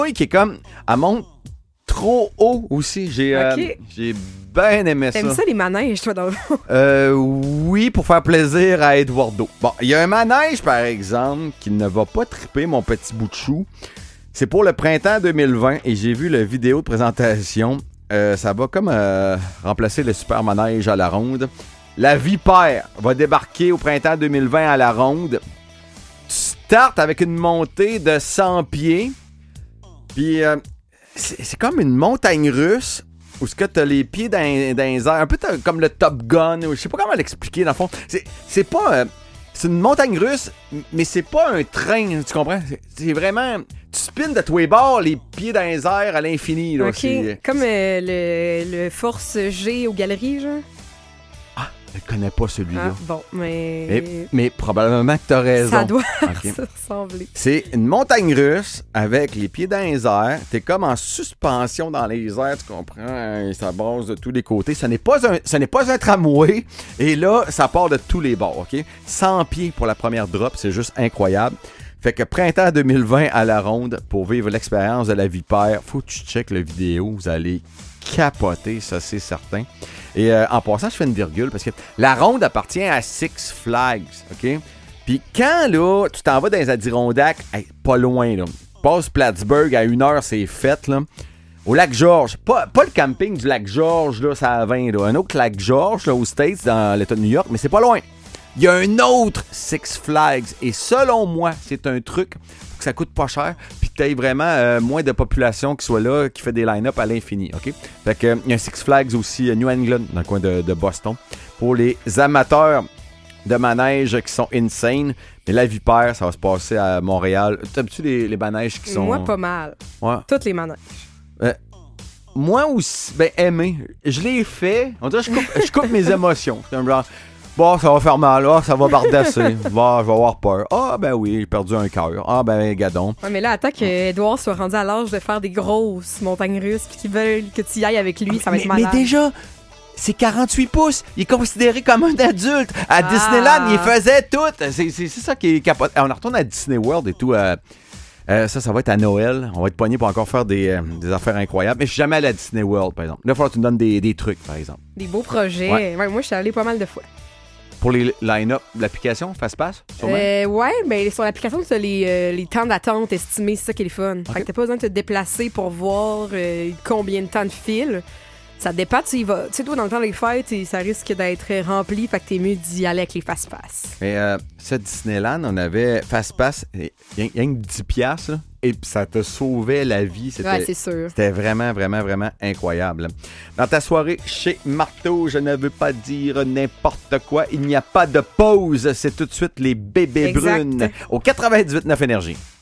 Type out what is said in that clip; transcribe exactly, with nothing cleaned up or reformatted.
Oui, qui est comme... Elle monte trop haut aussi. J'ai, euh, Ok. j'ai bien aimé ça. T'aimes ça, les manèges, toi, dans le fond? Euh, oui, pour faire plaisir à Eduardo. Bon, il y a un manège, par exemple, qui ne va pas triper mon petit bout de chou. C'est pour le printemps deux mille vingt et j'ai vu la vidéo de présentation. Euh, ça va comme euh, remplacer le super manège à la ronde. La Vipère va débarquer au printemps deux mille vingt à la ronde. Tu startes avec une montée de cent pieds. Puis euh, c'est, c'est comme une montagne russe où ce que t'as les pieds dans, dans les airs. Un peu comme le Top Gun. Je sais pas comment l'expliquer dans le fond. C'est, c'est pas... Euh, c'est une montagne russe, mais c'est pas un train, tu comprends? C'est, c'est vraiment... Tu spins de tous les bords, les pieds dans les airs à l'infini. Là, OK. c'est... Comme euh, le, le Force G aux galeries, genre? Ah, je connais pas celui-là. Ah, bon, mais... Mais, mais probablement que t'as raison. Ça doit Ok. se ressembler. C'est une montagne russe avec les pieds dans les airs. T'es comme en suspension dans les airs, tu comprends? Ça brasse de tous les côtés. Ce n'est pas un, ce n'est pas un tramway. Et là, ça part de tous les bords, OK? cent pieds pour la première drop, c'est juste incroyable. Fait que printemps deux mille vingt à la ronde, pour vivre l'expérience de la Vipère, faut que tu checkes la vidéo. Vous allez capoter, ça c'est certain. Et euh, en passant, je fais une virgule parce que la ronde appartient à Six Flags, OK? Puis quand, là, tu t'en vas dans les Adirondacks, hey, pas loin, là, passe Plattsburgh, à une heure, c'est fait, là, au Lac-Georges, pas, pas le camping du Lac-Georges, là, ça a vingt, là, un autre Lac-Georges, là, aux States, dans l'État de New York, mais c'est pas loin. Il y a un autre Six Flags, et selon moi, c'est un truc que ça coûte pas cher, puis que t'aies vraiment euh, moins de population qui soit là, qui fait des line-up à l'infini, OK? Fait que, il y a un Six Flags aussi, euh, New England, dans le coin de, de Boston, pour les amateurs de manèges qui sont insane. Mais la Vipère, ça va se passer à Montréal. T'as-tu les, les manèges qui sont... Moi, pas mal. Ouais. Toutes les manèges. Euh, moi aussi, ben aimé. Je l'ai fait. On dirait que je coupe, je coupe mes émotions. C'est un genre... Bon, ça va faire mal, ah, ça va bardasser. Bon, je vais avoir peur. Ah, ben oui, j'ai perdu un cœur. Ah, ben, gadon. Ouais, mais là, attends qu'Edouard soit rendu à l'âge de faire des grosses montagnes russes puis qu'ils veulent que tu y ailles avec lui, ça va mais, être malade. mais déjà, c'est quarante-huit pouces. Il est considéré comme un adulte. À Ah. Disneyland, il faisait tout. C'est, c'est, c'est ça qui est capote. On retourne à Disney World et tout. Euh, euh, ça, ça va être à Noël. On va être poigné pour encore faire des, euh, des affaires incroyables. Mais je suis jamais allé à Disney World, par exemple. Là, il va falloir que tu me donnes des, des trucs, par exemple. Des beaux projets. Ouais. Ouais, moi, je suis allée pas mal de fois. Pour les line-up de l'application, Fastpass, sûrement? Euh, ouais, mais sur l'application, tu as les, euh, les temps d'attente estimés, c'est ça qui est le fun. Okay. Fait que t'as pas besoin de te déplacer pour voir euh, combien de temps de fil. Ça dépend, tu y vas. Tu sais, toi, dans le temps des fêtes, ça risque d'être rempli, fait que t'es mieux d'y aller avec les Fastpass. Mais euh, ce Disneyland, on avait Fastpass, rien que dix piastres, là, et puis ça te sauvait la vie. C'était, Ouais, c'est sûr. C'était vraiment, vraiment, vraiment incroyable. Dans ta soirée chez Marteau, je ne veux pas dire n'importe quoi. Il n'y a pas de pause. C'est tout de suite les bébés Exact. brunes au quatre-vingt-dix-huit neuf Énergie.